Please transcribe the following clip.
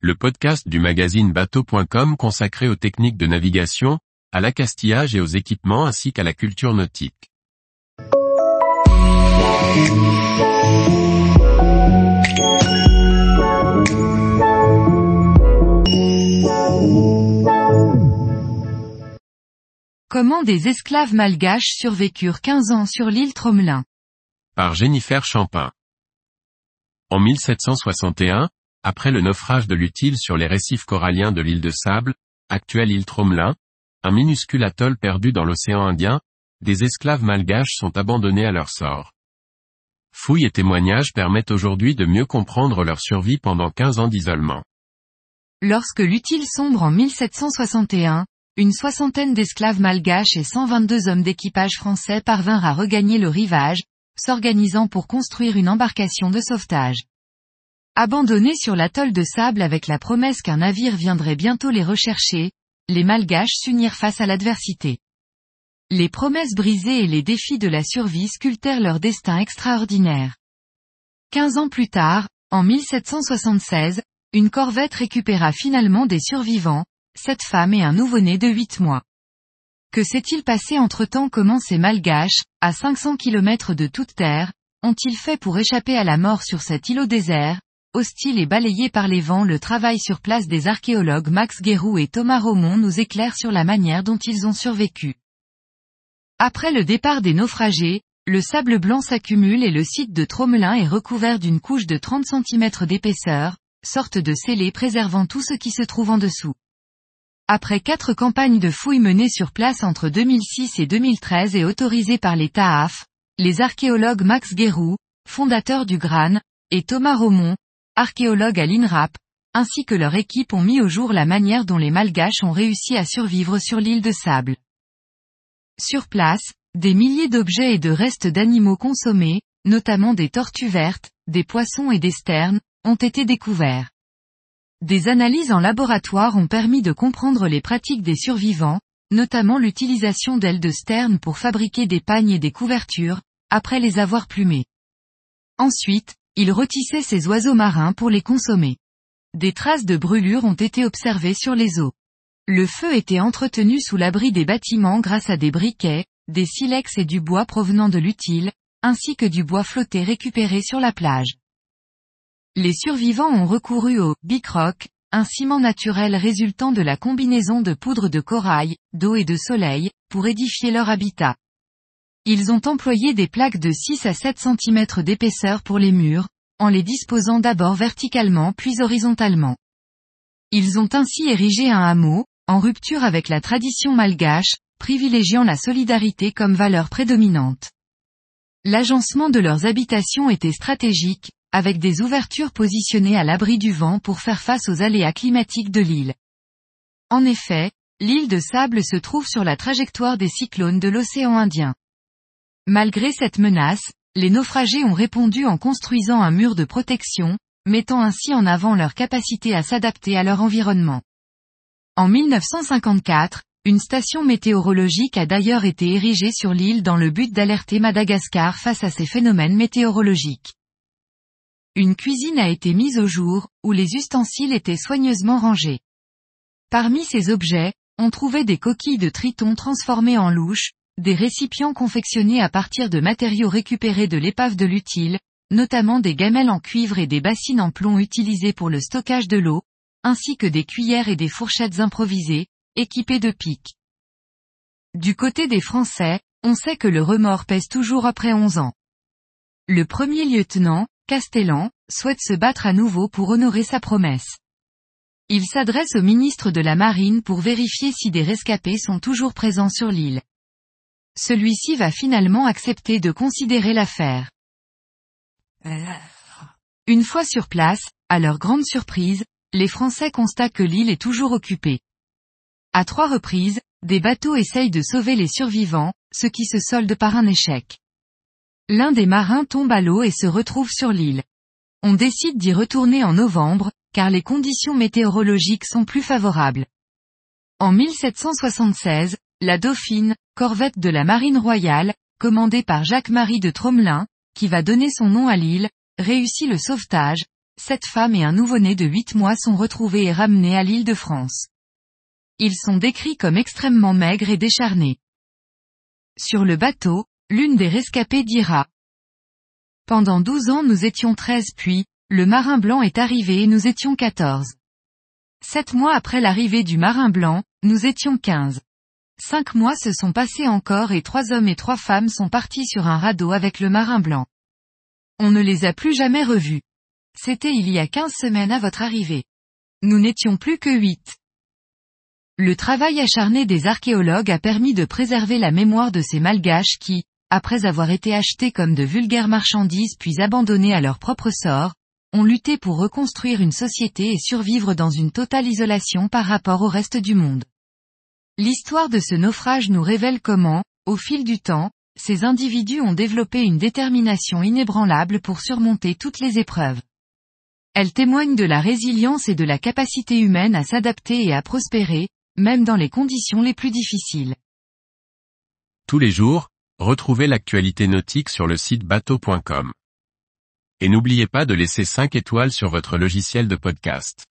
le podcast du magazine bateau.com consacré aux techniques de navigation, à l'accastillage et aux équipements ainsi qu'à la culture nautique. Comment des esclaves malgaches survécurent 15 ans sur l'île Tromelin. Par Jennifer Champin. En 1761, après le naufrage de l'Utile sur les récifs coralliens de l'île de Sable, actuelle île Tromelin, un minuscule atoll perdu dans l'océan Indien, des esclaves malgaches sont abandonnés à leur sort. Fouilles et témoignages permettent aujourd'hui de mieux comprendre leur survie pendant 15 ans d'isolement. Lorsque l'Utile sombre en 1761, une soixantaine d'esclaves malgaches et 122 hommes d'équipage français parvinrent à regagner le rivage, s'organisant pour construire une embarcation de sauvetage. Abandonnés sur l'atoll de Sable avec la promesse qu'un navire viendrait bientôt les rechercher, les malgaches s'unirent face à l'adversité. Les promesses brisées et les défis de la survie sculptèrent leur destin extraordinaire. 15 ans plus tard, en 1776, une corvette récupéra finalement des survivants, 7 femmes et un nouveau-né de 8 mois. Que s'est-il passé entre-temps? Comment ces malgaches, à 500 km de toute terre, ont-ils fait pour échapper à la mort sur cet îlot désert, hostile et balayé par les vents? Le travail sur place des archéologues Max Guéroux et Thomas Romond nous éclaire sur la manière dont ils ont survécu. Après le départ des naufragés, le sable blanc s'accumule et le site de Tromelin est recouvert d'une couche de 30 cm d'épaisseur, sorte de scellé préservant tout ce qui se trouve en dessous. Après 4 campagnes de fouilles menées sur place entre 2006 et 2013 et autorisées par les TAAF, les archéologues Max Guéroux, fondateur du GRAN, et Thomas Romond, archéologue à l'INRAP, ainsi que leur équipe ont mis au jour la manière dont les malgaches ont réussi à survivre sur l'île de Sable. Sur place, des milliers d'objets et de restes d'animaux consommés, notamment des tortues vertes, des poissons et des sternes, ont été découverts. Des analyses en laboratoire ont permis de comprendre les pratiques des survivants, notamment l'utilisation d'ailes de sterne pour fabriquer des pagnes et des couvertures, après les avoir plumés. Ensuite, ils rôtissaient ces oiseaux marins pour les consommer. Des traces de brûlures ont été observées sur les eaux. Le feu était entretenu sous l'abri des bâtiments grâce à des briquets, des silex et du bois provenant de l'Utile, ainsi que du bois flotté récupéré sur la plage. Les survivants ont recouru au bicroc, un ciment naturel résultant de la combinaison de poudre de corail, d'eau et de soleil, pour édifier leur habitat. Ils ont employé des plaques de 6 à 7 cm d'épaisseur pour les murs, en les disposant d'abord verticalement puis horizontalement. Ils ont ainsi érigé un hameau, en rupture avec la tradition malgache, privilégiant la solidarité comme valeur prédominante. L'agencement de leurs habitations était stratégique, avec des ouvertures positionnées à l'abri du vent pour faire face aux aléas climatiques de l'île. En effet, l'île de Sable se trouve sur la trajectoire des cyclones de l'océan Indien. Malgré cette menace, les naufragés ont répondu en construisant un mur de protection, mettant ainsi en avant leur capacité à s'adapter à leur environnement. En 1954, une station météorologique a d'ailleurs été érigée sur l'île dans le but d'alerter Madagascar face à ces phénomènes météorologiques. Une cuisine a été mise au jour, où les ustensiles étaient soigneusement rangés. Parmi ces objets, on trouvait des coquilles de triton transformées en louches, des récipients confectionnés à partir de matériaux récupérés de l'épave de l'Utile, notamment des gamelles en cuivre et des bassines en plomb utilisées pour le stockage de l'eau, ainsi que des cuillères et des fourchettes improvisées, équipées de pics. Du côté des Français, on sait que le remords pèse toujours après 11 ans. Le premier lieutenant, Castellan, souhaite se battre à nouveau pour honorer sa promesse. Il s'adresse au ministre de la Marine pour vérifier si des rescapés sont toujours présents sur l'île. Celui-ci va finalement accepter de considérer l'affaire. Une fois sur place, à leur grande surprise, les Français constatent que l'île est toujours occupée. À 3 reprises, des bateaux essayent de sauver les survivants, ce qui se solde par un échec. L'un des marins tombe à l'eau et se retrouve sur l'île. On décide d'y retourner en novembre, car les conditions météorologiques sont plus favorables. En 1776, la Dauphine, corvette de la Marine royale, commandée par Jacques-Marie de Tromelin, qui va donner son nom à l'île, réussit le sauvetage, 7 femmes et un nouveau-né de 8 mois sont retrouvés et ramenés à l'île de France. Ils sont décrits comme extrêmement maigres et décharnés. Sur le bateau, l'une des rescapées dira: Pendant 12 ans nous étions 13 puis, le marin blanc est arrivé et nous étions 14. 7 mois après l'arrivée du marin blanc, nous étions 15. 5 mois se sont passés encore et 3 hommes et 3 femmes sont partis sur un radeau avec le marin blanc. On ne les a plus jamais revus. C'était il y a 15 semaines à votre arrivée. Nous n'étions plus que 8. Le travail acharné des archéologues a permis de préserver la mémoire de ces malgaches qui, après avoir été achetés comme de vulgaires marchandises puis abandonnés à leur propre sort, ont lutté pour reconstruire une société et survivre dans une totale isolation par rapport au reste du monde. L'histoire de ce naufrage nous révèle comment, au fil du temps, ces individus ont développé une détermination inébranlable pour surmonter toutes les épreuves. Elle témoigne de la résilience et de la capacité humaine à s'adapter et à prospérer, même dans les conditions les plus difficiles. Tous les jours, retrouvez l'actualité nautique sur le site bateau.com. Et n'oubliez pas de laisser 5 étoiles sur votre logiciel de podcast.